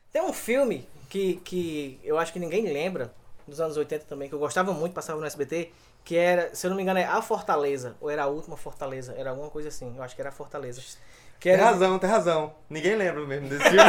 Tem um filme que eu acho que ninguém lembra, dos anos 80 também, que eu gostava muito, passava no SBT, que era, se eu não me engano, é A Fortaleza, ou era A Última Fortaleza, era alguma coisa assim, eu acho que era A Fortaleza. Que era... Tem razão. Ninguém lembra mesmo desse filme.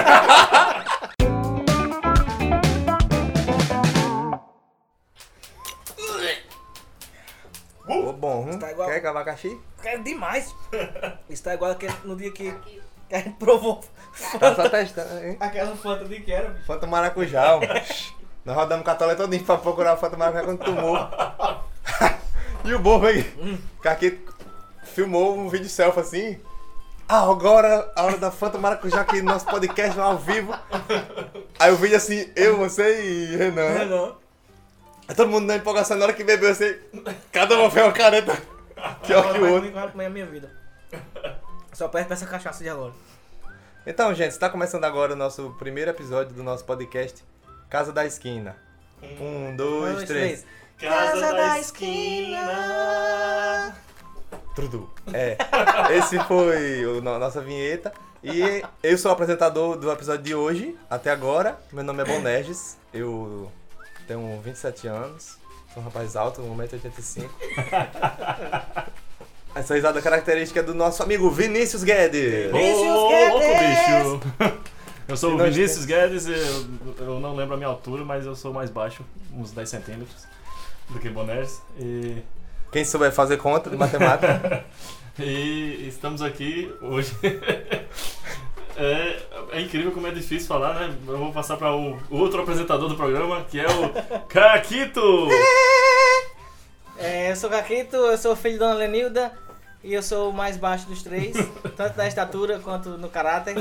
Bom, Tá igual... quer abacaxi? Quero demais. Está igual no dia que a gente provou Tá só testando, hein? aquela Fanta de que era, bicho. Fanta maracujá, nós rodamos o catolé todinho pra procurar o Fanta maracujá quando tomou. E o bobo aí, que aqui filmou um vídeo selfie assim. Agora a hora da Fanta maracujá aqui no nosso podcast ao vivo. Aí o vídeo assim, eu, você e Renan. Não. Aí todo mundo na empolgação, na hora que bebeu assim, cada um fez uma careta pior que o outro. Eu comer a minha vida. Só perto dessa cachaça de agora. Então, gente, está começando agora o nosso primeiro episódio do nosso podcast Casa da Esquina. 1, 2, 3. Casa da Esquina. Tudo. Esse foi a nossa vinheta. E eu sou o apresentador do episódio de hoje, até agora. Meu nome é Bonerges, eu tenho 27 anos, sou um rapaz alto, 1,85 m. Essa risada característica é do nosso amigo Vinícius Guedes. Vinícius Louco, Guedes! bicho! Eu sou o Vinícius Guedes, eu não lembro a minha altura, mas eu sou mais baixo, uns 10 centímetros do que Bonerges. E Quem souber fazer conta de matemática. E estamos aqui hoje. É incrível como é difícil falar, né? Eu vou passar para o outro apresentador do programa, que é o Caquito! Eu sou o Caquito, eu sou filho de Dona Lenilda e eu sou o mais baixo dos três, tanto na estatura quanto no caráter.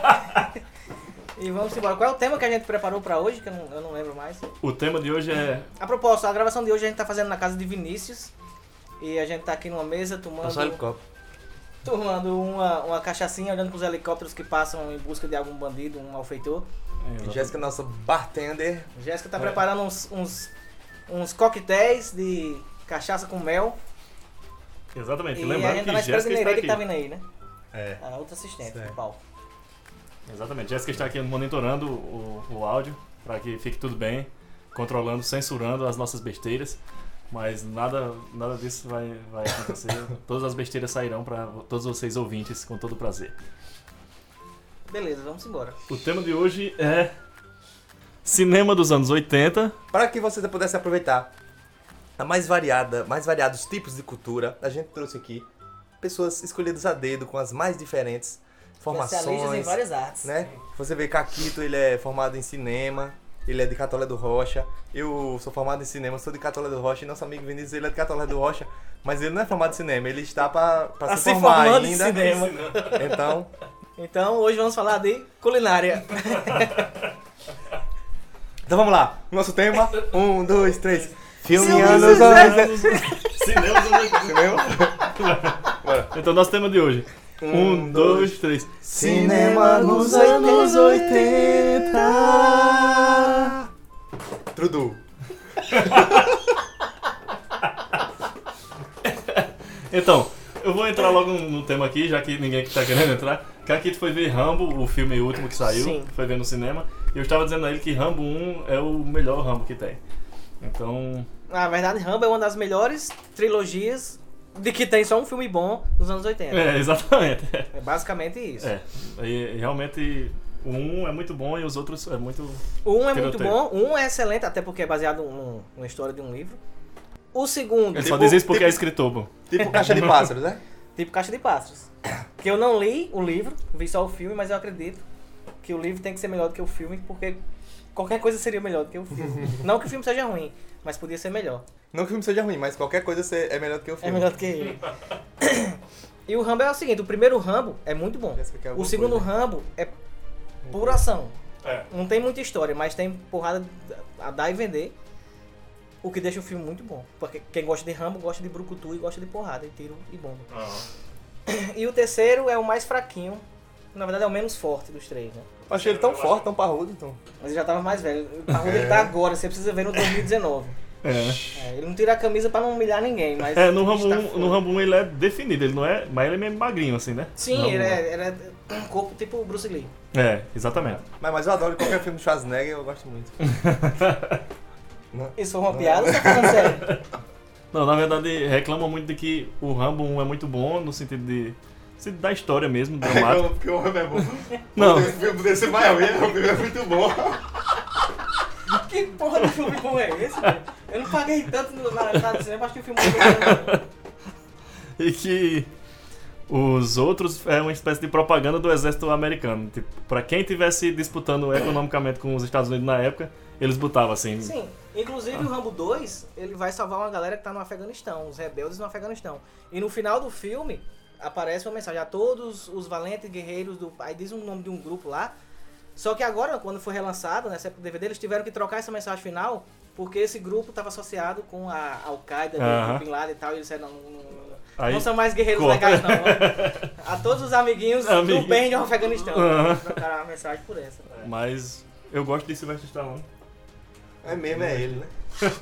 E vamos embora. Qual é o tema que a gente preparou pra hoje, que eu não lembro mais? O tema de hoje é... A propósito, a gravação de hoje a gente tá fazendo na casa de Vinícius e a gente tá aqui numa mesa tomando uma cachaçinha, olhando pros helicópteros que passam em busca de algum bandido, um malfeitor. Jéssica, nossa bartender. Jéssica tá preparando uns coquetéis de cachaça com mel. Exatamente, E a lembrando gente tá que na espera de Jéssica está Nereida que tá aqui. vindo aí, né? É. A outra assistente Certo. do palco. Exatamente, Jéssica está aqui monitorando o áudio para que fique tudo bem, controlando, censurando as nossas besteiras, mas nada disso vai acontecer. Todas as besteiras sairão para todos vocês ouvintes com todo prazer. Beleza, vamos embora. O tema de hoje é cinema dos anos 80. Para que vocês pudessem aproveitar mais variados tipos de cultura, a gente trouxe aqui pessoas escolhidas a dedo com as mais diferentes Especialistas em formações, várias artes. né? Você vê Caquito, ele é formado em cinema, ele é de Catolé do Rocha. Eu sou formado em cinema, sou de Catolé do Rocha, e nosso amigo Vinícius, ele é de Catolé do Rocha, mas ele não é formado em cinema, ele está para se formar formando em ainda. cinema. Então, hoje vamos falar de culinária. então vamos lá. Nosso tema, 1, 2, 3. Filme Filmes anos dos 80. Cinema dos 80. Cinema? Então, nosso tema de hoje. 1, 2, 3. Cinema nos anos 80. Trudu. Então, eu vou entrar logo no tema aqui, já que ninguém tá querendo entrar. Caquito foi ver Rambo, o filme último que saiu, Sim. foi ver no cinema. E eu estava dizendo a ele que Rambo 1 é o melhor Rambo que tem. Então, Na verdade, Rambo é uma das melhores trilogias de que tem só um filme bom nos anos 80. exatamente. É basicamente isso. E realmente o 1 é muito bom e os outros é muito... O 1 é muito Tiroteio. bom, o 1 é excelente, até porque é baseado numa história de um livro. O segundo, Ele só diz isso porque é escritor, bom. Tipo Caixa de Pássaros, né? tipo Caixa de Pássaros. Que eu não li o livro, vi só o filme, mas eu acredito que o livro tem que ser melhor do que o filme, porque qualquer coisa seria melhor do que o filme. Não que o filme seja ruim, mas podia ser melhor. Não que o filme seja ruim, mas qualquer coisa é melhor do que o É filme. melhor do que ele. E o Rambo é o seguinte, o primeiro Rambo é muito bom. Jéssica quer O alguma segundo coisa? Rambo é pura ação. É. Não tem muita história, mas tem porrada a dar e vender. O que deixa o filme muito bom. Porque quem gosta de Rambo gosta de brucutu e gosta de porrada, e tiro e bomba. E o terceiro é o mais fraquinho. Na verdade é o menos forte dos três, né? Eu achei ele tão forte, tão parrudo, então. Mas ele já tava mais velho. O parrudo ele tá agora, você precisa ver no 2019. Ele não tira a camisa pra não humilhar ninguém, mas... No está Rambo 1 ele é definido, ele não é, mas ele é meio magrinho assim, né? Sim, Não, ele é corpo tipo o Bruce Lee. É, exatamente. Mas eu adoro qualquer filme do Schwarzenegger, eu gosto muito. Isso foi uma piada ou você tá falando sério? Não, na verdade, reclamam muito de que o Rambo 1 é muito bom, no sentido da história mesmo, dramática. Porque o Rambo é bom. Não. O filme desse Miami é muito bom. Que porra de filme bom é esse, velho? Eu não paguei tanto na cinema, acho que o filme é bom. E que os outros é uma espécie de propaganda do exército americano. Tipo, pra quem estivesse disputando economicamente com os Estados Unidos na época, eles botavam assim. Sim, inclusive o Rambo 2, ele vai salvar uma galera que tá no Afeganistão, os rebeldes no Afeganistão. E no final do filme, aparece uma mensagem a todos os valentes guerreiros do... Aí diz o nome de um grupo lá. Só que agora, quando foi relançado, nessa época do DVD, eles tiveram que trocar essa mensagem final, porque esse grupo estava associado com a Al-Qaeda, do Bin Laden e tal, e eles disseram, não são mais guerreiros legais não. A todos os amiguinhos do bem do Afeganistão. Trocaram a mensagem por essa. Mas eu gosto de Sylvester Stallone. É mesmo, é ele, né?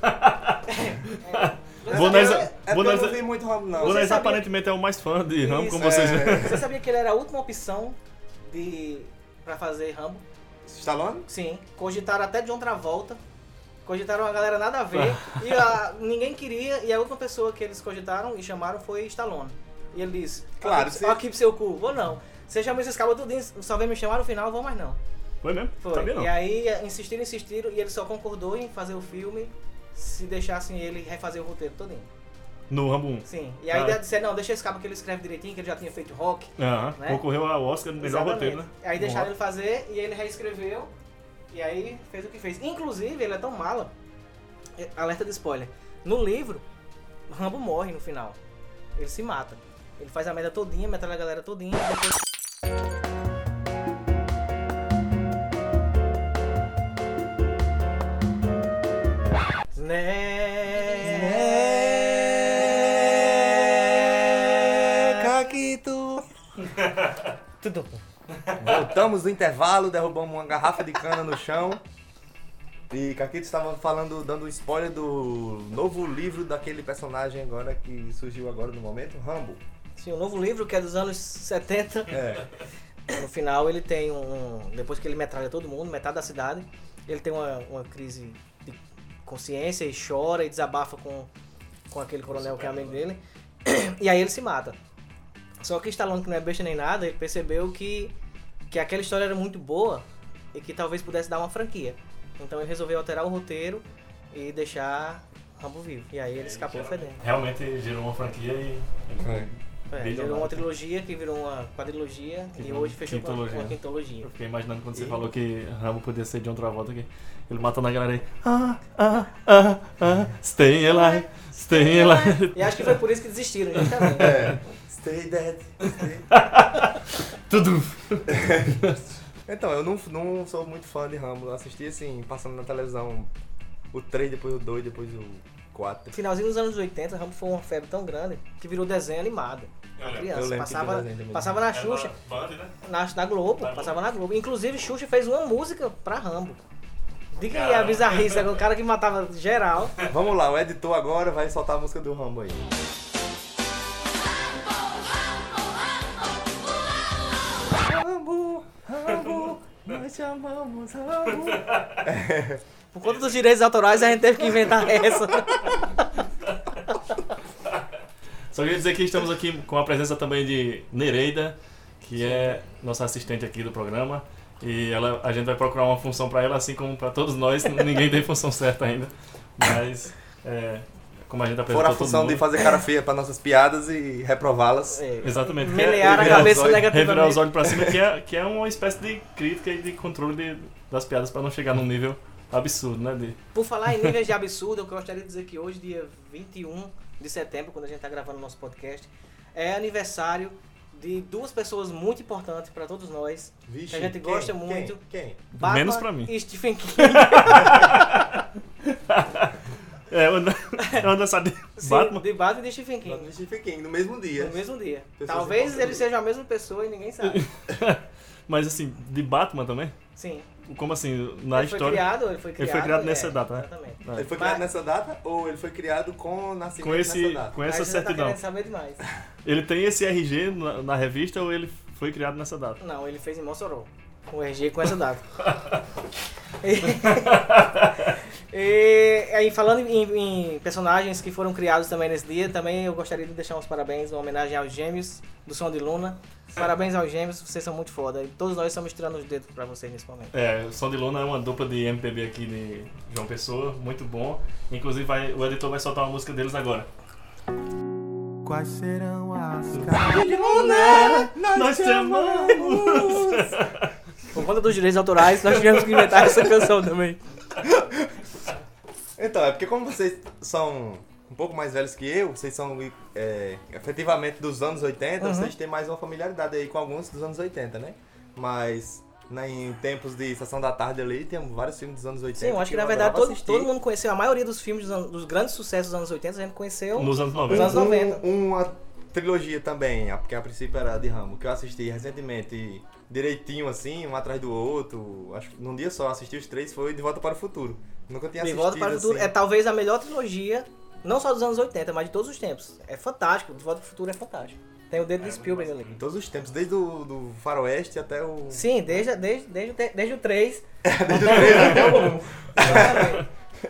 Bonés eu não vi muito Rambo, não. Bonés aparentemente é o mais fã de Rambo, como vocês veem. Você sabia que ele era a última opção pra fazer Rambo? Stallone? Sim. Cogitaram até John Travolta. Cogitaram uma galera nada a ver. E ninguém queria. E a última pessoa que eles cogitaram e chamaram foi Stallone. E ele disse, claro, ó aqui pro seu cu. Vou não. Você chamou esses cabos tudinho, só vem me chamar no final, vou mais não. Foi mesmo? Foi. Sabia não. E aí insistiram e ele só concordou em fazer o filme se deixassem ele refazer o roteiro todinho. No Rambo 1. Sim. E aí disseram, não, deixa esse cabo que ele escreve direitinho, que ele já tinha feito rock. Né? Concorreu ao Oscar do melhor roteiro, né? Aí deixaram ele fazer e ele reescreveu. E aí fez o que fez. Inclusive, ele é tão mala. Alerta de spoiler. No livro, o Rambo morre no final. Ele se mata. Ele faz a merda todinha, metralha a galera todinha e depois... Caquito. Tudo. Voltamos do intervalo, derrubamos uma garrafa de cana no chão. E Caquito estava dando um spoiler do novo livro daquele personagem agora que surgiu agora no momento, Rambo. Sim, um novo livro que é dos anos 70. É. No final ele tem depois que ele metralha todo mundo, metade da cidade, ele tem uma crise de consciência e chora e desabafa com aquele coronel que é amigo dele. E aí ele se mata. Só que Stallone, que não é besta nem nada, ele percebeu que aquela história era muito boa e que talvez pudesse dar uma franquia. Então ele resolveu alterar o roteiro e deixar Rambo vivo. E aí ele escapou fedendo. Realmente gerou uma franquia e... gerou uma trilogia que virou uma quadrilogia e hoje fechou com uma quintologia. Eu fiquei imaginando quando você falou que Rambo podia ser John Travolta, que ele matando a galera aí. Stay alive, stay alive. E acho que foi por isso que desistiram, justamente. Stay dead. Tudo. Então, eu não sou muito fã de Rambo. Eu assisti assim, passando na televisão o 3, depois o 2, depois o 4. No finalzinho dos anos 80, Rambo foi uma febre tão grande que virou desenho animado. Criança. Passava na Xuxa. Na Globo, passava na Globo. Inclusive, Xuxa fez uma música pra Rambo. Diga aí a bizarrice, o cara que matava geral. Vamos lá, o editor agora vai soltar a música do Rambo aí. Rambo, nós chamamos Rambo. Por conta dos direitos autorais, a gente teve que inventar essa. Só queria dizer que estamos aqui com a presença também de Nereida, que é nossa assistente aqui do programa. E a gente vai procurar uma função para ela, assim como para todos nós. Ninguém tem função certa ainda. Mas, como a gente apresentou fora a função de fazer cara feia para nossas piadas e reprová-las. Exatamente. Melear a cabeça negativamente. Revirar os olhos para cima, que é uma espécie de crítica e de controle das piadas para não chegar num nível absurdo, né? Por falar em níveis de absurdo, eu gostaria de dizer que hoje, dia 21 de setembro, quando a gente está gravando o nosso podcast, é aniversário de duas pessoas muito importantes para todos nós. Vixe, que a gente gosta muito. Quem? Batman menos para mim. E Stephen King. É uma dança de Batman. De Batman e de Stephen King. Batman e Stephen King, no mesmo dia. No mesmo dia. Pessoas Talvez eles sejam a mesma pessoa e ninguém sabe. Mas assim, de Batman também? Sim. Como assim, na ele história? Ele foi criado nessa data, né? Exatamente. Ele foi criado nessa data ou ele foi criado com o nascimento nessa data? Com essa certidão. Tá querendo saber demais. Ele tem esse RG na revista ou ele foi criado nessa data. Não, ele fez em Mossoró. O RG com essa data. E aí, falando em personagens que foram criados também nesse dia, também eu gostaria de deixar uns parabéns, uma homenagem aos gêmeos do Som de Luna. Parabéns aos gêmeos, vocês são muito foda. E todos nós estamos tirando os dedos pra vocês nesse momento. O Som de Luna é uma dupla de MPB aqui de João Pessoa, muito bom. Inclusive o editor vai soltar uma música deles agora. Quais serão as de Luna, Nós te amamos! Por conta dos direitos autorais, nós tivemos que inventar essa canção também. Então, é porque como vocês são um pouco mais velhos que eu, vocês são efetivamente dos anos 80, vocês têm mais uma familiaridade aí com alguns dos anos 80, né? Mas em tempos de Sessão da Tarde ali, tem vários filmes dos anos 80. Sim, eu acho que na verdade todo mundo conheceu, a maioria dos filmes dos grandes sucessos dos anos 80, a gente conheceu Nos anos 90. nos anos 90. Uma trilogia também, porque a princípio era de Rambo, que eu assisti recentemente direitinho assim, um atrás do outro. Acho que num dia só assisti os 3, foi De Volta para o Futuro. Nunca tinha De assistido Volta para o Futuro assim. é talvez a melhor trilogia, não só dos anos 80, mas de todos os tempos. É fantástico, De Volta para o Futuro é fantástico. Tem o dedo de Spielberg ali. Em todos os tempos, desde do Faroeste até o... Sim, desde o 3. Desde o 3 até o 1. Exatamente.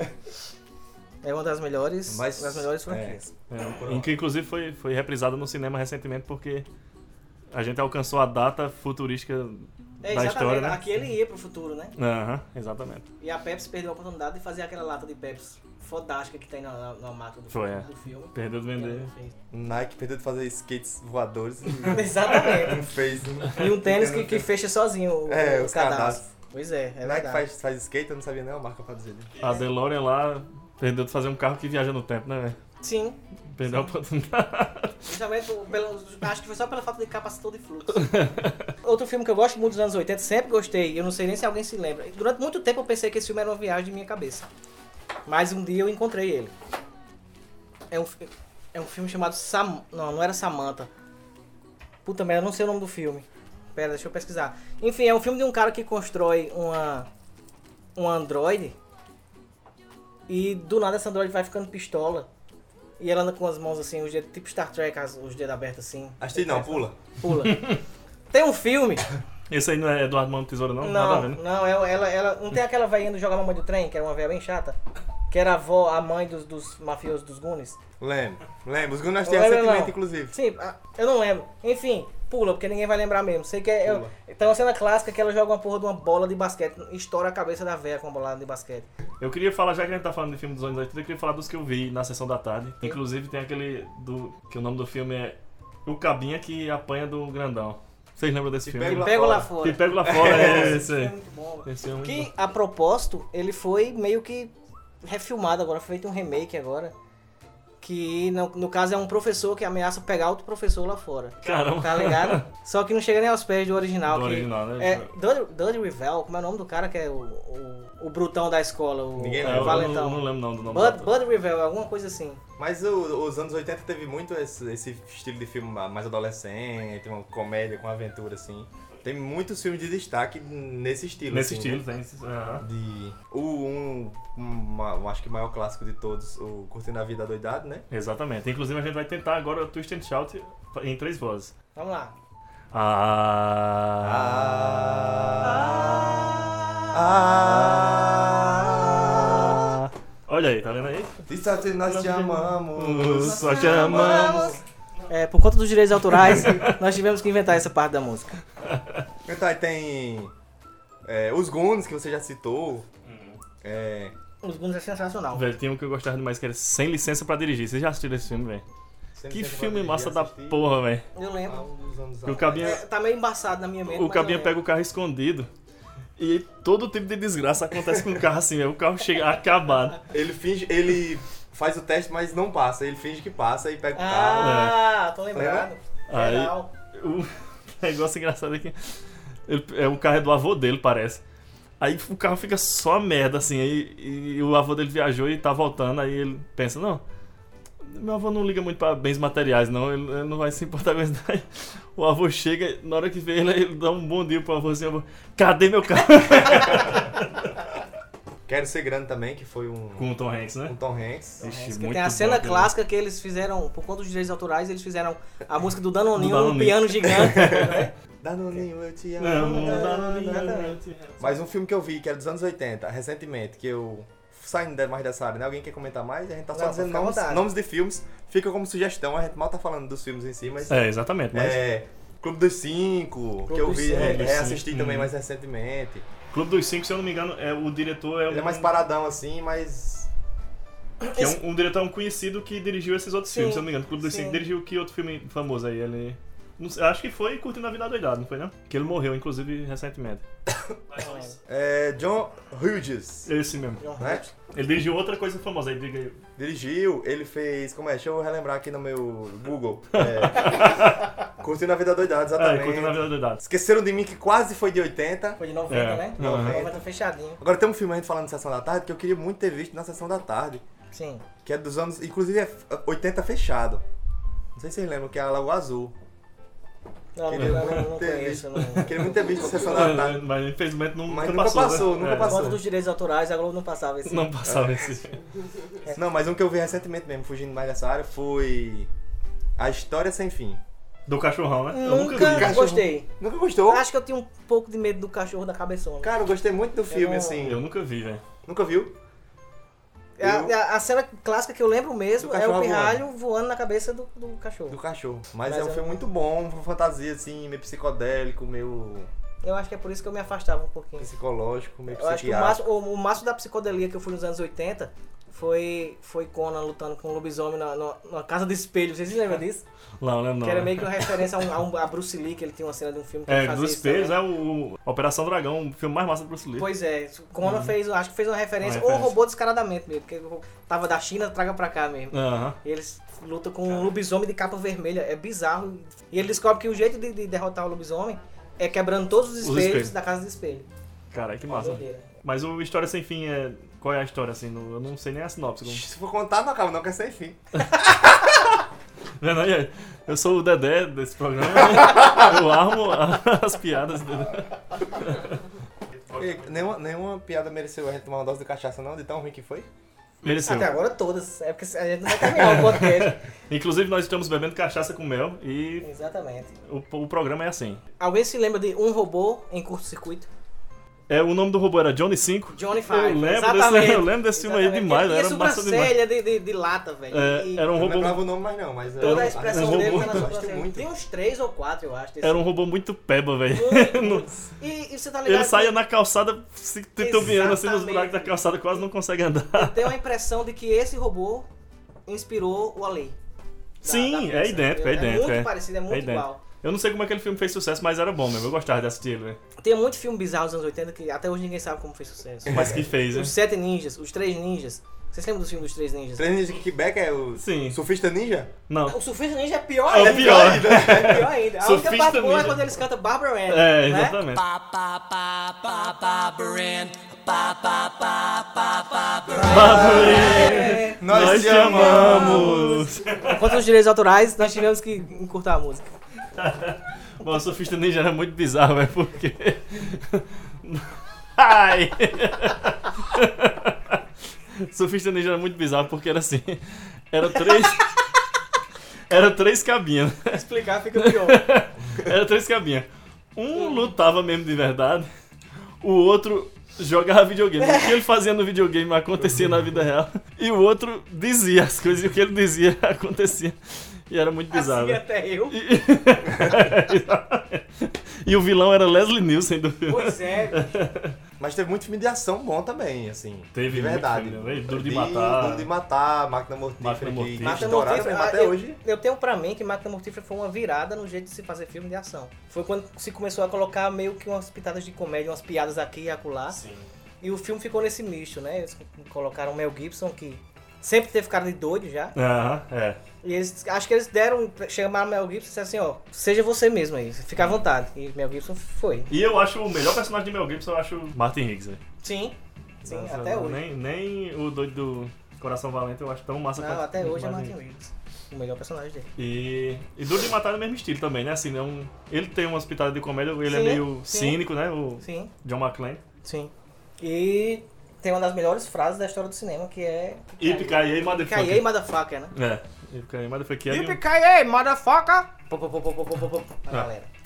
É uma das melhores franquias. Em que inclusive foi reprisada no cinema recentemente porque a gente alcançou a data futurística da história, né? Aqui ele ia pro futuro, né? Aham, exatamente. E a Pepsi perdeu a oportunidade de fazer aquela lata de Pepsi fodástica que tem na máquina do filme. Perdeu de vender. Nike perdeu de fazer skates voadores e Exatamente. não fez. E um tênis que fecha sozinho o os cadastro. Pois é Nike verdade. faz skate, eu não sabia nem a marca pra dizer. A DeLorean lá perdeu de fazer um carro que viaja no tempo, né, velho? Sim. Perdeu a oportunidade. Justamente, acho que foi só pela falta de capacitor de fluxo. Outro filme que eu gosto muito dos anos 80, sempre gostei, eu não sei nem se alguém se lembra. Durante muito tempo eu pensei que esse filme era uma viagem de minha cabeça. Mas um dia eu encontrei ele. É um filme chamado não era Samantha. Puta merda, eu não sei o nome do filme. Pera, deixa eu pesquisar. Enfim, é um filme de um cara que constrói um androide. E do nada essa androide vai ficando pistola. E ela anda com as mãos assim, os dedos, tipo Star Trek, os dedos abertos assim. Acho não, pula. Pula. Tem um filme. Esse aí não é Eduardo Mão do Tesouro, não? Nada a ver, né? Não, ela. Não tem aquela velhinha do Joga Mamãe do Trem, que era uma velha bem chata? Que era a mãe dos mafiosos dos Goonies? Lembro. Os Goonies nós temos recentemente, inclusive. Sim, eu não lembro. Enfim, pula, porque ninguém vai lembrar mesmo. Sei que tem uma cena clássica que ela joga uma porra de uma bola de basquete e estoura a cabeça da velha com uma bolada de basquete. Eu queria falar, já que a gente tá falando de filme dos anos 80, eu queria falar dos que eu vi na Sessão da Tarde. Inclusive tem aquele que o nome do filme é O Cabinha que Apanha do Grandão. Vocês lembram desse filme? Me Pego Lá Fora. Me Pego Lá Fora, é esse aí. É muito bom. Esse é muito Que, bom. a propósito, ele foi meio que refilmado agora, foi feito um remake agora. Que no caso é um professor que ameaça pegar outro professor lá fora. Caramba. Tá ligado? Só que não chega nem aos pés do original. Do que original, né? É Dudley Revell, como é o nome do cara que é o brutão da escola, Ninguém É, lembra. eu valentão. não lembro não do nome do ator. Buddy Revell, alguma coisa assim. Mas os anos 80 teve muito esse estilo de filme mais adolescente, uma comédia com aventura, assim. Tem muitos filmes de destaque nesse estilo. Nesse assim, estilo, né? tem. Aham. Acho que o maior clássico de todos, o Curtindo a Vida Adoidado, né? Exatamente. Inclusive a gente vai tentar agora o Twist and Shout em 3 vozes. Vamos lá. Olha aí, tá vendo aí? Nós te amamos. Só te amamos. Por conta dos direitos autorais, nós tivemos que inventar essa parte da música. Então aí tem os Goonies, que você já citou. Os Goonies é sensacional. Velho, tinha um que eu gostava demais que era Sem Licença pra Dirigir. Vocês já assistiram esse filme, velho? Que filme massa da porra, velho. Eu lembro. O Cabinha, Tá meio embaçado na minha mente. o Cabinha pega o carro escondido e todo tipo de desgraça acontece com o carro assim, velho. O carro chega acabado. Ele faz o teste, mas não passa. Ele finge que passa e pega o carro. Tô lembrado. Aí, Geral. o negócio engraçado é que o carro é do avô dele, parece. Aí o carro fica só merda, assim, e o avô dele viajou e tá voltando, aí ele pensa, não, meu avô não liga muito pra bens materiais, não, ele não vai se importar com isso. Aí o avô chega, na hora que vê ele dá um bom dia pro avô assim, cadê meu carro? Quero Ser Grande também, que foi Com o Tom Hanks, né? com Tom Hanks. Ixi, Que muito tem a bom cena aquele- clássica que eles fizeram, por conta dos direitos autorais, eles fizeram a música do Danoninho Do Danoninho. no piano gigante, né? Danoninho, eu te amo. Exatamente. Mas um filme que eu vi, que era dos anos 80, recentemente, que eu... Saindo mais dessa área, né? Alguém quer comentar mais? A gente tá só Não, dizendo fica à vontade. nomes de filmes. Fica como sugestão, a gente mal tá falando dos filmes em si, mas... Exatamente. Mas Clube dos Cinco, que eu dos vi, Cinco. reassisti também mais recentemente. Clube dos Cinco, se eu não me engano, o diretor é Ele é mais paradão assim, mas... que é um diretor conhecido que dirigiu esses outros Sim, filmes, se eu não me engano. Clube dos sim. Cinco dirigiu que outro filme famoso aí? Ele... Não sei, acho que foi Curtindo a Vida Doidado, não foi não? Que ele morreu, inclusive, recentemente. John Hughes, Esse mesmo. né? Ele dirigiu outra coisa famosa aí, diga aí. Dirigiu, ele fez... Como é? Deixa eu relembrar aqui no meu Google. Curtindo a Vida Doidada, exatamente. Curtindo a Vida Doidado. Esqueceram de Mim, que quase foi de 80. Foi de 90, É. né? Uhum. 90 fechadinho. Agora tem um filme a gente falando de Sessão da Tarde que eu queria muito ter visto na Sessão da Tarde. Sim. Que é dos anos... Inclusive é 80 fechado. Não sei se vocês lembram, que é a Lagoa Azul. Não, Queria não muito ter conheço, visto. não. Queria muito ter visto Sessão da Tarde. Mas infelizmente Mas nunca passou, né? nunca passou. Quanto dos direitos autorais, a Globo não passava esse. Não passava esse. Não, mas um que eu vi recentemente mesmo, fugindo mais dessa área, foi A História Sem Fim. Do cachorrão, né? Eu nunca Nunca vi. gostei. Nunca gostou? Acho que eu tinha um pouco de medo do cachorro da cabeçona. Cara, eu gostei muito do filme, não- assim. Eu nunca vi, velho. Nunca viu? A cena clássica que eu lembro mesmo Do é o cachorro pirralho voando na cabeça do Do cachorro. cachorro. Mas Mas é um eu filme não- muito bom, uma fantasia, assim, meio psicodélico, meio Eu acho que é por isso que eu me afastava um pouquinho. psicológico, meio Eu acho que psiquiátrico. o máximo da psicodelia que eu fui nos anos 80 foi Conan lutando com um lobisomem numa casa de espelho. Vocês se lembram disso? Não, lembro não. Que era né? meio que uma referência a Bruce Lee, que ele tinha uma cena de um filme que ele fazia dos isso espelhos também. é Operação Dragão, o filme mais massa do Bruce Lee. Pois é, Conan fez, acho que fez uma referência, Uma referência. ou roubou descaradamente mesmo, porque tava da China, traga pra cá mesmo. Aham. E eles lutam com um lobisomem de capa vermelha, é bizarro. E ele descobre que o jeito de derrotar o lobisomem é quebrando todos os espelhos, espelhos. da casa de espelho. Caralho, que Uma massa. doideira. Mas o História Sem Fim é... Qual é a história, assim? Eu não sei nem a sinopse. Se for contar, não acaba não, que é sem fim. Vendo aí? Eu sou o Dedé desse programa. Eu armo as piadas. Entendeu? E nenhuma piada mereceu a gente tomar uma dose de cachaça, não? De tão ruim que foi? Mereceu. Até agora todas, é porque a gente não vai terminar o podcast. Inclusive, nós estamos bebendo cachaça com mel e Exatamente. o programa é assim. Alguém se lembra de Um Robô em Curto-Circuito? O nome do robô era Johnny 5. Johnny Five. Eu lembro desse filme aí Exatamente. demais, Ele era tinha massa demais. sobrancelha de lata, velho. E Era um Não robô... lembrava o nome mais não, mas... toda a um expressão robô. dele tá na Gosto sobrancelha. muito. Tem uns 3 ou 4, eu acho. desse Era um robô muito peba, velho. muito. E você tá ligado? Ele saía que na calçada, se titubeando assim nos Exatamente. buracos da calçada, quase não consegue andar. eu tenho a impressão de que esse robô inspirou o Ali. Sim, da é idêntico, é É idêntico. muito parecido, é muito idêntico. igual. Eu não sei como aquele filme fez sucesso, mas era bom mesmo. Eu gostava de assistir ele, velho. Tem muito filme bizarro dos anos 80 que até hoje ninguém sabe como fez sucesso. Mas que fez, né? Os 7 Ninjas, os 3 Ninjas. Vocês lembram do filme dos 3 Ninjas? Três Ninja Kickback é o Sim. Surfista Ninja? Não. O Surfista Ninja é pior É o ainda. pior. É pior ainda. A única Surfista parte boa é Ninja. quando eles cantam Barbara Ann. É, né? exatamente. É. Nós te amamos! Quanto aos direitos autorais, nós tivemos que encurtar a música. Bom, o Surfista Ninja era muito bizarro, velho, porque... Ai! Surfista Ninja era muito bizarro porque era assim... Era três cabinhas. Explicar fica pior. Era 3 cabinhas. Um lutava mesmo de verdade, o outro jogava videogame. O que ele fazia no videogame acontecia na vida real. E o outro dizia as coisas, e o que ele dizia acontecia. E era muito bizarro. Assim até eu. E o vilão era Leslie Nielsen do filme. Pois é. Mas teve muito filme de ação bom também, assim. Teve de muito verdade. filme, né? Duro de Matar. Duro de Matar, Máquina Mortífera, Máquina que Mortífera. Máquina estouraram Mortífera, mesmo até eu, hoje. eu tenho pra mim que Máquina Mortífera foi uma virada no jeito de se fazer filme de ação. Foi quando se começou a colocar meio que umas pitadas de comédia, umas piadas aqui e acolá. Sim. E o filme ficou nesse misto, né? Eles colocaram o Mel Gibson, que sempre teve cara de doido já. Aham, é. E eles, acho que eles chamaram o Mel Gibson e disseram assim, ó, seja você mesmo aí, fica à vontade. E Mel Gibson foi. E eu acho o melhor personagem de Mel Gibson, eu acho o Martin Higgs, velho. Sim, Nossa, até hoje. Nem o doido do Coração Valente eu acho tão massa Não, quanto até hoje é Martin Martin Riggs. O melhor personagem dele. E Duro de Matar é no mesmo estilo também, né? Assim, ele tem umas pitadas de comédia, ele é Sim, meio sim. cínico, né? O Sim, John McClane. sim. E tem uma das melhores frases da história do cinema, que é... Yippee-ki-yay, motherfucker. Yippee-ki-yay, motherfucker, né? É, Yippee-ki-yay, motherfucker. Yippee-ki-yay, motherfucker! Pô, pô, pô, pô, pô, pô, pô, pô. A Ah. galera.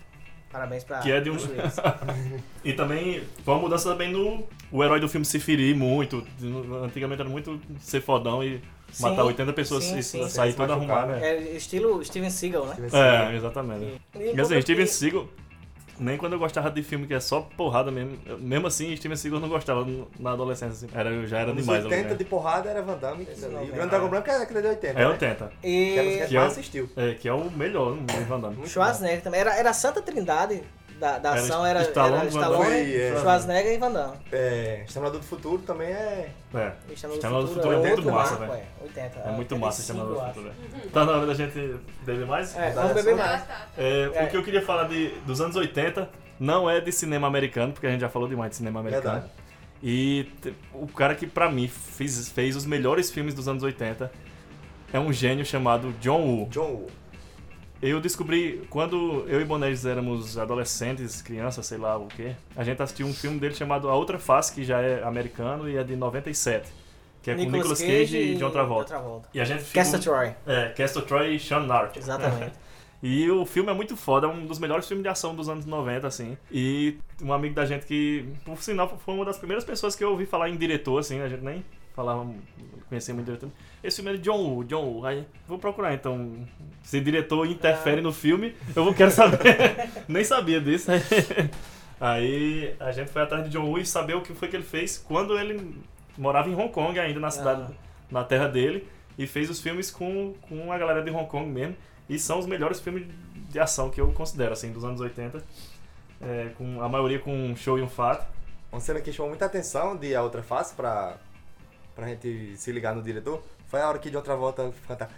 Parabéns pra Que é de um... Bruce Willis. E também foi uma mudança também no o herói do filme se ferir muito. Antigamente era muito ser fodão e matar 80 pessoas sim, e sim. sair Se todo machucar, arrumado. Né? É estilo Steven Seagal, né? É, exatamente. E Assim, Steven Seagal, nem quando eu gostava de filme que é só porrada mesmo assim, Steven Seagal eu não gostava na adolescência, assim. Já era Nos demais. 80 né? de porrada era Van Damme. Esse E não, o né? Grande Dragão Branco é aquele de 80. É né? 80. E Que você Que é o- assistiu. Que é o melhor no Van Damme. Schwarzenegger também. Era a Santa Trindade da ação, era Stallone, Stallone, Foi, Schwarzenegger e Van Damme. Exterminador do Futuro também é... É. Exterminador do Futuro é muito outro massa, marco, velho. 80. É muito massa esse 85, Exterminador do eu acho. Futuro. Né? Tá na hora da gente beber mais? É, vamos beber mais. O que eu queria falar dos anos 80 não é de cinema americano, porque a gente já falou demais de cinema americano. Verdade. E o cara que pra mim fez os melhores filmes dos anos 80 é um gênio chamado John Woo. John Woo. Eu descobri, quando eu e Bonelis éramos adolescentes, crianças, sei lá o quê, a gente assistiu um filme dele chamado A Outra Face, que já é americano e é de 97. Que é com Nicolas Cage e John Travolta. E a gente Castor Troy. Castor Troy e Sean Hart. Exatamente. E o filme é muito foda, é um dos melhores filmes de ação dos anos 90, assim. E um amigo da gente que, por sinal, foi uma das primeiras pessoas que eu ouvi falar em diretor, assim, a gente nem falava, conhecia muito diretor. Esse filme é de John Woo. Aí, vou procurar, então, se diretor interfere no filme, quero saber. Nem sabia disso. Aí a gente foi atrás de John Woo e saber o que foi que ele fez quando ele morava em Hong Kong ainda, na cidade, na terra dele. E fez os filmes com a galera de Hong Kong mesmo. E são os melhores filmes de ação que eu considero, assim, dos anos 80. Com a maioria com Show Yun Fat. Uma cena que chamou muita atenção de A Outra Face pra gente se ligar no diretor foi a hora que John Travolta canta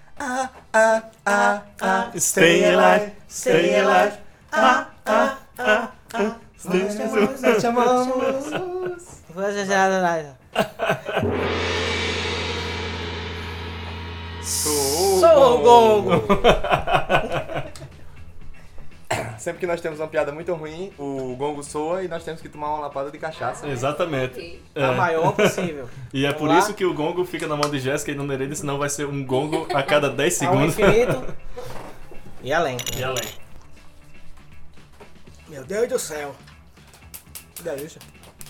Stay alive, stay alive. Nós chamamos. Sou o Gongo! Sempre que nós temos uma piada muito ruim, o gongo soa e nós temos que tomar uma lapada de cachaça. Exatamente. A maior possível. E é Vamos por lá? isso que o gongo fica na mão de Jéssica e no Nereida, senão vai ser um gongo a cada 10 Ao segundos. infinito e além. E além. Meu Deus do céu. Que delícia.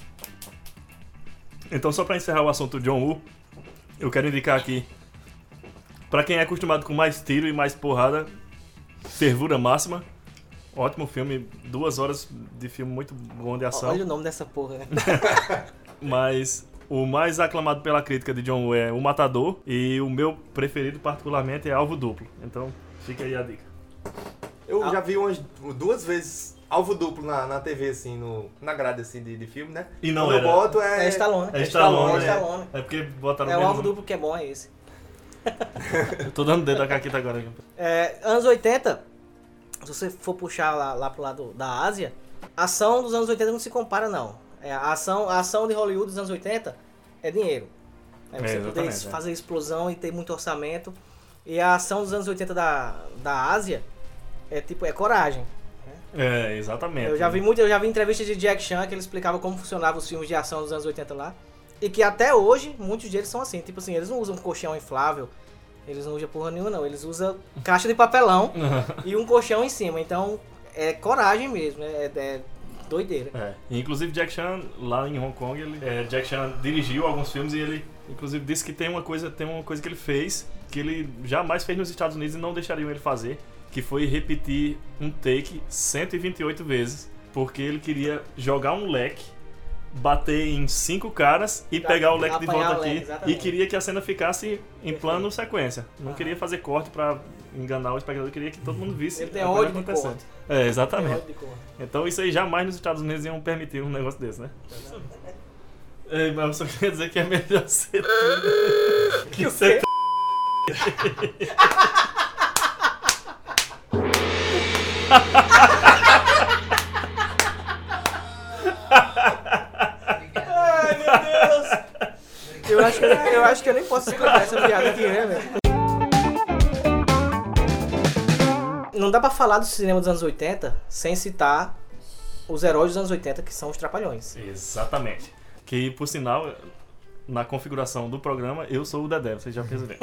Então, só pra encerrar o assunto John Woo, eu quero indicar aqui, pra quem é acostumado com mais tiro e mais porrada, Fervura Máxima. Ótimo filme, 2 horas de filme muito bom de ação. Olha o nome dessa porra. Mas o mais aclamado pela crítica de John Woo é O Matador. E o meu preferido particularmente é Alvo Duplo. Então fica aí a dica. Eu já vi umas 2 vezes Alvo Duplo na TV, assim, na grade assim, de filme, né? E não Quando era. eu boto É Stallone. É Stallone, É né? Stallone. É porque botaram É o mesmo- alvo duplo que é bom, é esse. Eu tô dando dedo da Caquita agora. Anos 80, se você for puxar lá pro lado da Ásia, a ação dos anos 80 não se compara, não. A ação de Hollywood dos anos 80 é dinheiro. Você poder exatamente, fazer explosão e ter muito orçamento. E a ação dos anos 80 da Ásia é coragem. É, exatamente. Eu já vi entrevistas de Jack Chan que ele explicava como funcionavam os filmes de ação dos anos 80 lá. E que até hoje, muitos deles são assim. Tipo assim, eles não usam colchão inflável. Eles não usam porra nenhuma, não. Eles usam caixa de papelão e um colchão em cima. Então, é coragem mesmo. É doideira. E, inclusive, Jack Chan, lá em Hong Kong, Jack Chan dirigiu alguns filmes e ele, inclusive, disse que tem uma coisa que ele fez que ele jamais fez nos Estados Unidos e não deixariam ele fazer, que foi repetir um take 128 vezes, porque ele queria jogar um leque, bater em 5 caras e pegar o leque de apanhar volta o leque, aqui. exatamente. E queria que a cena ficasse em plano sequência. Não queria fazer corte pra enganar o espectador, queria que todo mundo visse. Ele tem a coisa ódio de acontecendo. corte. Exatamente. Tem ódio de Então isso aí jamais nos Estados Unidos iam permitir um negócio desse, né? Mas eu só queria dizer que é melhor ser que ser Ai, meu Deus! Eu acho que eu nem posso escutar essa piada aqui, né, velho? Não dá pra falar do cinema dos anos 80 sem citar os heróis dos anos 80, que são os Trapalhões. Exatamente. Que, por sinal, na configuração do programa, eu sou o Dedé, vocês já perceberam.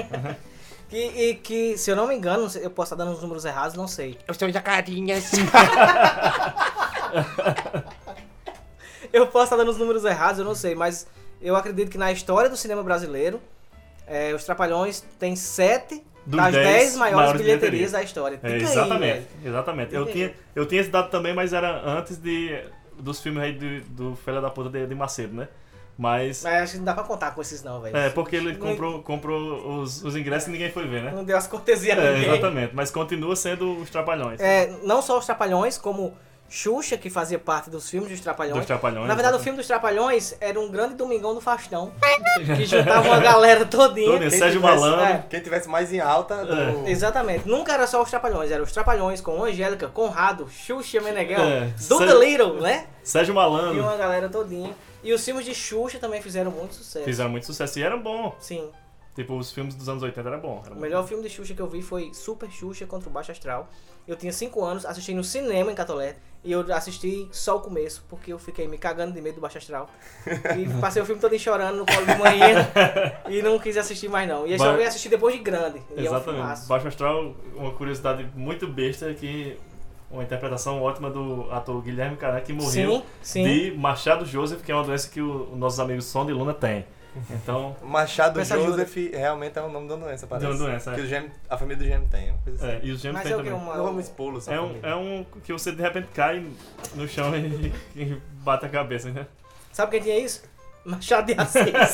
Que, se eu não me engano, eu posso estar dando os números errados, não sei. Eu sou o Jacarinhas. Eu posso estar dando os números errados, eu não sei, mas eu acredito que na história do cinema brasileiro, os Trapalhões têm 7 das 10 maiores bilheterias da história. Exatamente, aí, exatamente. Eu tinha esse dado também, mas era antes dos filmes aí do Filha da Puta de Macedo, né? Mas acho que não dá pra contar com esses não, velho. porque ele comprou os ingressos e ninguém foi ver, né? Não deu as cortesias a ninguém. Exatamente, mas continua sendo os Trapalhões. Não só os Trapalhões, como Xuxa, que fazia parte dos filmes dos Trapalhões. Dos Trapalhões. Na verdade, o filme dos Trapalhões era um grande Domingão do Faustão, que juntava uma galera todinha. Sérgio Malandro. Quem tivesse mais em alta... Exatamente. Nunca era só os Trapalhões, eram os Trapalhões com Angélica, Conrado, Xuxa, Meneghel, Duda Little, né? Sérgio Malandro. E uma galera todinha. E os filmes de Xuxa também fizeram muito sucesso. Fizeram muito sucesso e eram bons. Sim. Tipo, os filmes dos anos 80 eram bons. O melhor filme de Xuxa que eu vi foi Super Xuxa contra o Baixo Astral. Eu tinha 5 anos, assisti no cinema em Catolé. E eu assisti só o começo, porque eu fiquei me cagando de medo do Baixo Astral. E passei o filme todo chorando no colo de manhã. E não quis assistir mais não. E eu só ia assistir depois de grande. E exatamente. Baixo Astral, uma curiosidade muito besta é que... Uma interpretação ótima do ator Guilherme Caran, que morreu de Machado Joseph, que é uma doença que os nossos amigos Sonda e Luna têm. Então, Machado Joseph realmente é o nome da doença, parece. De uma doença, que a família do Gêmeo tem. Uma coisa assim. E os Gêmeos têm também. Não vamos expô-lo, é um que você de repente cai no chão e bate a cabeça, né? Sabe quem tinha isso? Machado de Assis.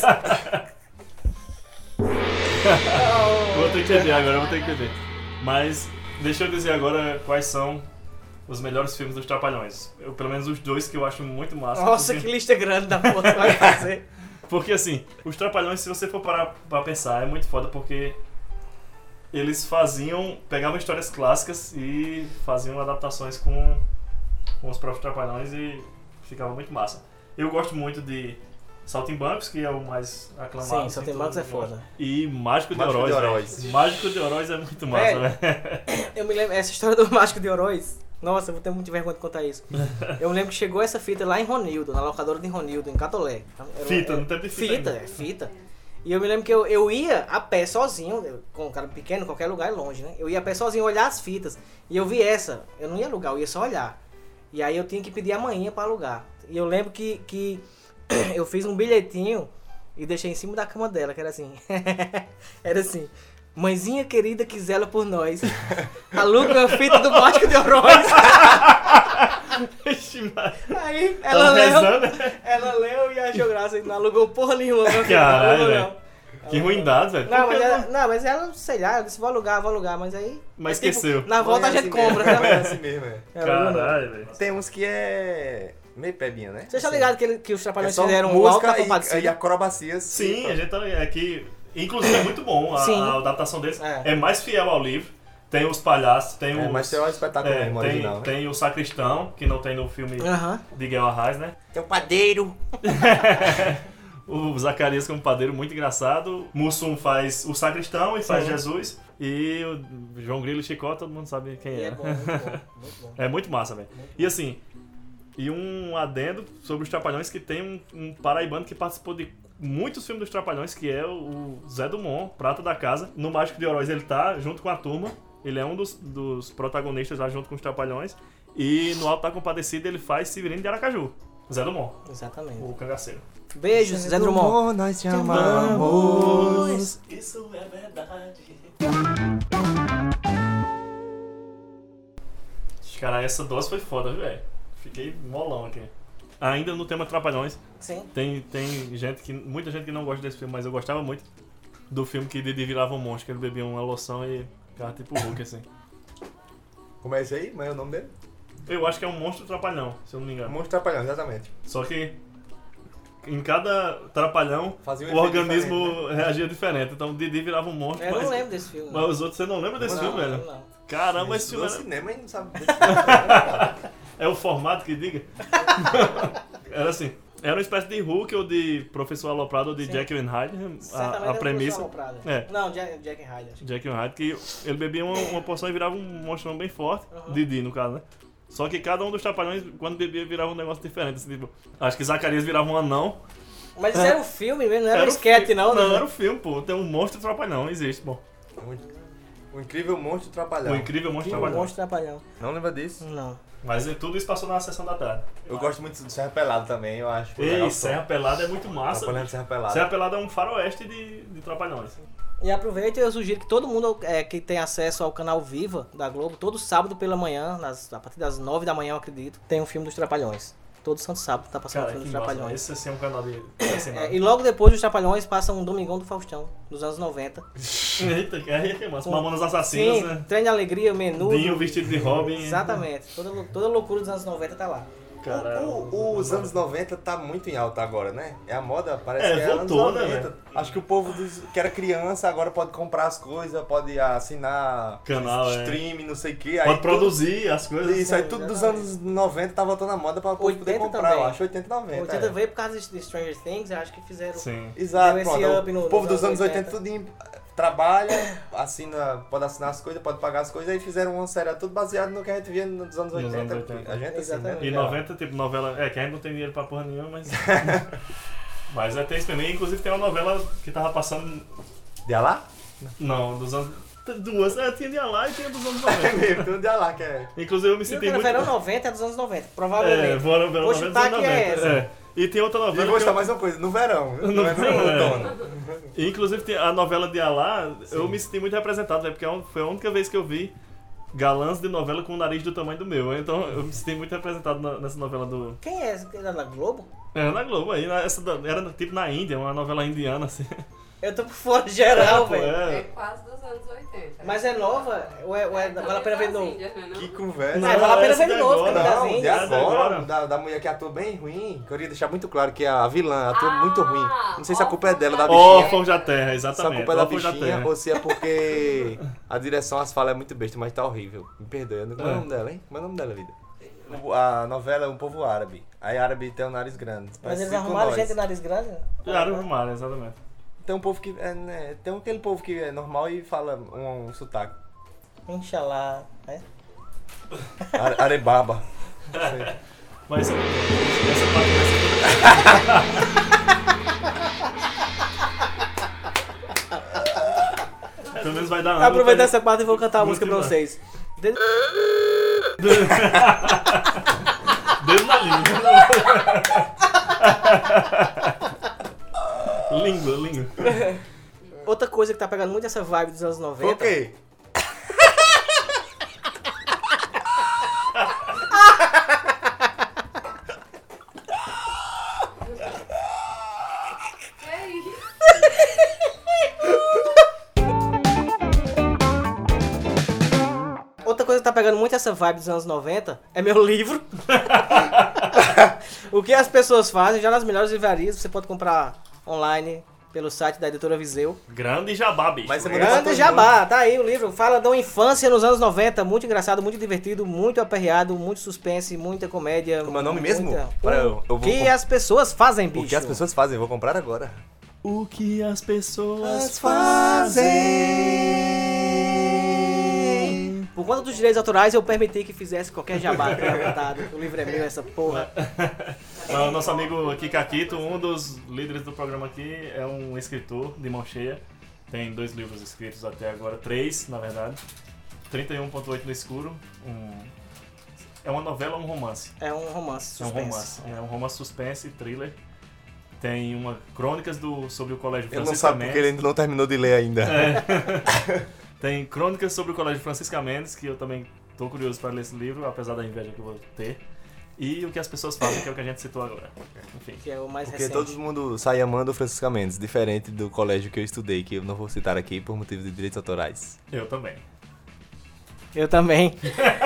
Vou ter que entender agora, vou ter que entender. Mas, deixa eu dizer agora quais são os melhores filmes dos Trapalhões. Pelo menos os 2 que eu acho muito massa. Nossa, porque... que lista grande da porra que vai fazer. Porque assim, os Trapalhões, se você for parar pra pensar, é muito foda porque eles pegavam histórias clássicas e faziam adaptações com os próprios Trapalhões e ficava muito massa. Eu gosto muito de Saltimbancos, que é o mais aclamado. Sim, Saltimbancos é foda. E Mágico de Oroz. Mágico de Oroz é muito massa, velho. Eu me lembro, essa história do Mágico de Oroz, nossa, eu vou ter muita vergonha de contar isso. Eu me lembro que chegou essa fita lá em Ronildo, na locadora de Ronildo, em Catolé. No tempo de fita. Fita. E eu me lembro que eu ia a pé sozinho, com um cara pequeno, qualquer lugar é longe, né? Eu ia a pé sozinho olhar as fitas. E eu vi essa, eu não ia alugar, eu ia só olhar. E aí eu tinha que pedir a manhã pra alugar. E eu lembro que eu fiz um bilhetinho e deixei em cima da cama dela, que era assim. Era assim: mãezinha querida que zela por nós, aluga a fita do Mágico de Oroz. Aí ela leu e achou graça, não alugou porra nenhuma. Caralho, velho. Que ruindade, velho. Mas ela, sei lá, eu disse, vou alugar, mas aí... Mas esqueceu. Tipo, na volta a gente compra, né? É assim mesmo, Caralho, velho. Tem uns que é... meio pebinha, né? Você já ligado que os Trapalhões fizeram um alta compadecida? E acrobacias. Sim, a gente tá aqui. Inclusive é muito bom a adaptação deles. É mais fiel ao livro. Tem os palhaços, tem os... mas tem um espetáculo mesmo, original. Tem o Sacristão, que não tem no filme de Guel Arraes, né? Tem o Padeiro. O Zacarias como padeiro, muito engraçado. Mussum faz o Sacristão e faz Jesus. E o João Grilo e Chicó, todo mundo sabe quem é. É bom, muito bom. É muito massa, velho. E assim, e um adendo sobre os Trapalhões, que tem um paraibano que participou de muitos filmes dos Trapalhões, que é o Zé Dumont, prata da casa. No Mágico de Oroz ele tá junto com a turma. Ele é um dos protagonistas lá junto com os Trapalhões. E no Alto da Compadecida ele faz Severino de Aracaju. Zé Dumont. Exatamente. O cangaceiro. Beijos, Zé Drummond. Nós te amamos. Isso é verdade. Cara, essa dose foi foda, velho. Fiquei molão aqui. Ainda no tema Trapalhões. Sim. Tem muita gente que não gosta desse filme, mas eu gostava muito do filme que Didi virava um monstro, que ele bebia uma loção e ficava tipo Hulk, assim. Como é esse aí? Mas é o nome dele? Eu acho que é um monstro trapalhão, se eu não me engano. Monstro Trapalhão, exatamente. Só que em cada trapalhão o organismo reagia diferente. Então o Didi virava um monstro. Eu não lembro desse filme. Mas os outros, você não lembra desse filme, velho? Não. Caramba, esse filme era... cinema e não sabe desse filme. É o formato que diga? Era assim. Era uma espécie de Hulk ou de Professor Aloprado ou de Jekyll and Hyde. A premissa. Não, Jack and Hyde. Jack and Hyde, que ele bebia uma poção e virava um monstrão bem forte. Didi, no caso, né? Só que cada um dos Trapalhões, quando bebia, virava um negócio diferente. Assim, tipo, acho que Zacarias virava um anão. Mas isso era um filme mesmo, não era um esquete, não? Não, era um filme, pô. Tem um monstro Trapalhão, existe, pô. O Incrível Monstro Trapalhão. O Incrível Monstro Trapalhão. Monstro Trapalhão. Não lembra disso? Não. Mas tudo isso passou na sessão da tarde. Eu gosto muito do Serra Pelada também, eu acho. Ei, Serra Pelada é muito massa. Napoleão de Serra Pelada. Serra Pelada é um faroeste de Trapalhões. E aproveita e eu sugiro que todo mundo que tem acesso ao canal Viva da Globo, todo sábado pela manhã, a partir das 9 da manhã, eu acredito, tem um filme dos Trapalhões. Todo santo sábado tá passando o Cara, filme que dos massa. Trapalhões. Esse sim é um canal de... E logo depois dos Trapalhões passa um Domingão do Faustão, dos anos 90. Eita, que massa. Mamonas Assassinas, Sim, né? Trem de Alegria, Menudo. Dinho vestido de Robin. Exatamente. Toda loucura dos anos 90 tá lá. Cara, Os anos 90 tá muito em alta agora, né? É a moda, parece que é voltou, anos 90. né? Acho que o povo que era criança agora pode comprar as coisas, pode assinar Canal, stream, não sei o que. pode produzir as coisas. Isso aí tudo dos anos 90 tá voltando à moda pra o povo poder 80 comprar, também. eu acho 80 90. 80 veio por causa de Stranger Things, eu acho que fizeram. Sim. Exato, Deu esse pronto. up no- O povo nos dos anos anos 80 tudinho trabalha, pode assinar as coisas, pode pagar as coisas, aí fizeram uma série tudo baseado no que a gente via nos anos 80. anos 80. A gente assim, né? Exatamente. E 90, tipo, novela... que a gente não tem dinheiro pra porra nenhuma, mas... mas tem isso também. Inclusive tem uma novela que tava passando... De lá? Não, dos anos... Duas. Tinha de lá e tinha dos anos 90. Tudo de lá que é. Inclusive eu me E o senti muito... verão 90 é dos anos 90, provavelmente. Verão Vou 90 chutar dos que é 90. essa. E tem outra E novela vou que estar mais uma coisa, no verão, viu? Não é no verão, outono. E, inclusive tem a novela de Alá, eu me senti muito representado, né? Porque foi a única vez que eu vi galãs de novela com o nariz do tamanho do meu. Então eu me senti muito representado nessa novela do... Quem é essa? Era da Globo? Era na Globo aí, era tipo na Índia, uma novela indiana assim. Eu tô por fora geral, pô, velho. É quase dos anos 80. Mas é nova? Ou vale a pena ver de novo? Que conversa. Não, vale a pena essa ver de de novo, agora, Caminho das Não, de Índias. agora, da mulher que atua bem ruim. Que eu queria deixar muito claro que a vilã atua muito ruim. Não sei se a culpa é dela, da bichinha. Órfãos da Terra, Se a exatamente. culpa é da Órfãos bichinha Terra. ou se é porque a direção, as falas é muito besta, mas tá horrível. Me perdoe. Como é o nome dela, hein? Como é o nome dela, vida? A novela é um povo árabe. Aí árabe tem um nariz grande. Mas Parece eles com arrumaram nós. gente de nariz grande? Era no mar, exatamente. Tem um povo que tem aquele povo que é normal e fala um sotaque. Inxalá, né? Arebaba. Mas essa parte pelo menos vai dar ângulo. Aproveitar essa parte e vou cantar a música pra Muito vocês. Dedo na língua. Língua. Outra coisa que tá pegando muito essa vibe dos anos 90. Ok. Que isso? Outra coisa que tá pegando muito essa vibe dos anos 90 é meu livro. O que as pessoas fazem já nas melhores livrarias. Você pode comprar online pelo site da editora Viseu. Grande jabá, bicho. Mas você mandou pra Grande todo jabá, tá aí o livro. Fala da infância nos anos 90. Muito engraçado, muito divertido, muito aperreado, muito suspense, muita comédia. Como é o nome mesmo? muita- Pera, eu vou O que as pessoas fazem, bicho? O que as pessoas fazem? Eu vou comprar agora. O que as pessoas Por conta dos direitos autorais, eu permiti que fizesse qualquer jabá que tenha vontade. O livro é meu, essa porra. O nosso amigo aqui, Caquito, um dos líderes do programa aqui, é um escritor de mão cheia. Tem 2 livros escritos até agora, 3 na verdade. 31.8 no escuro. É uma novela ou um romance? É um romance, suspense. É um romance suspense, thriller. Tem uma crônicas sobre o Colégio Ele não Francisca sabe porque ele Mendes. ainda não terminou de ler ainda. Tem crônicas sobre o Colégio Francisca Mendes, que eu também tô curioso para ler esse livro, apesar da inveja que eu vou ter. E o que as pessoas fazem, que é o que a gente citou agora. Enfim. Que é o mais Porque recente. todo mundo sai amando o Francisca Mendes, diferente do colégio que eu estudei, que eu não vou citar aqui por motivos de direitos autorais. Eu também. Eu também.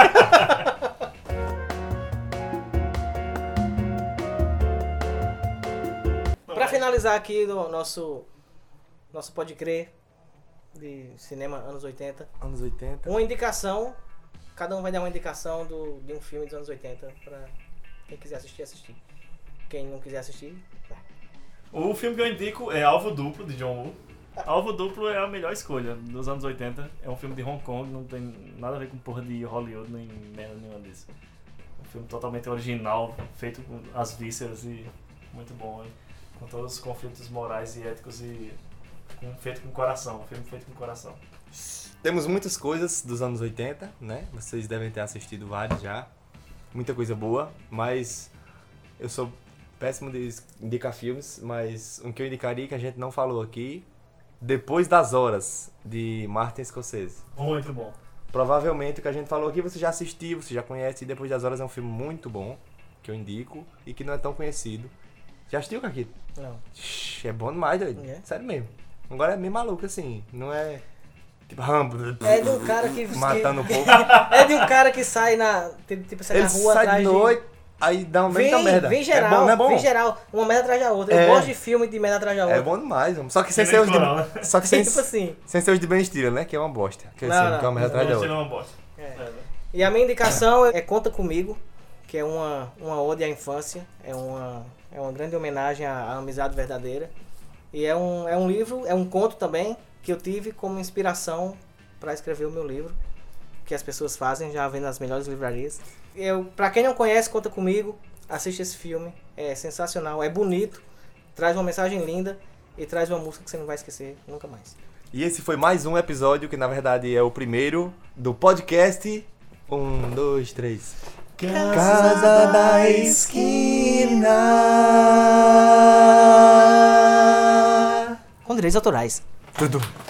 Pra finalizar aqui no nosso Pode Crer de cinema anos 80, Anos 80. uma indicação, cada um vai dar uma indicação de um filme dos anos 80 pra quem quiser assistir. Quem não quiser assistir, vai. O filme que eu indico é Alvo Duplo, de John Woo. Alvo Duplo é a melhor escolha dos anos 80. É um filme de Hong Kong, não tem nada a ver com porra de Hollywood, nem merda nenhuma disso. Um filme totalmente original, feito com as vísceras e muito bom, hein? Com todos os conflitos morais e éticos e feito com coração. Um filme feito com coração. Temos muitas coisas dos anos 80, né? Vocês devem ter assistido vários já. muita coisa boa, mas eu sou péssimo de indicar filmes, mas um que eu indicaria que a gente não falou aqui, Depois das Horas, de Martin Scorsese. Muito bom. Provavelmente o que a gente falou aqui você já assistiu, você já conhece, e Depois das Horas é um filme muito bom, que eu indico, e que não é tão conhecido. Já assistiu, Caquito? Não. É bom demais, doido. É? Sério mesmo. Agora é meio maluco, assim. Não é tipo Rambo. É de um cara que... Matando o povo. É de um cara que sai na... Tipo, sai Ele na rua sai atrás de noite, aí dá uma muita merda. Vem geral, é bom, não é bom? vem geral. Uma merda atrás da outra. É. Eu gosto de filme de merda atrás da outra. É bom demais, mano. Só que sem Que ser nem os de... Coral, né? Só que sem, Tipo assim. sem ser os de Ben Stiller, né? Que é uma bosta. Que é Não, assim, não. que é uma merda atrás da Não, outra. não é uma bosta. É. É, né? E a minha indicação é Conta Comigo, que é uma ode à infância. É uma grande homenagem à amizade verdadeira. E é um livro, é um conto também, que eu tive como inspiração para escrever o meu livro, que as pessoas fazem, já vendo nas melhores livrarias. Pra quem não conhece, Conta Comigo, assiste esse filme, é sensacional, é bonito, traz uma mensagem linda e traz uma música que você não vai esquecer nunca mais. E esse foi mais um episódio, que na verdade é o primeiro do podcast 1, 2, 3. Casa da Esquina. Com direitos autorais. Tudo.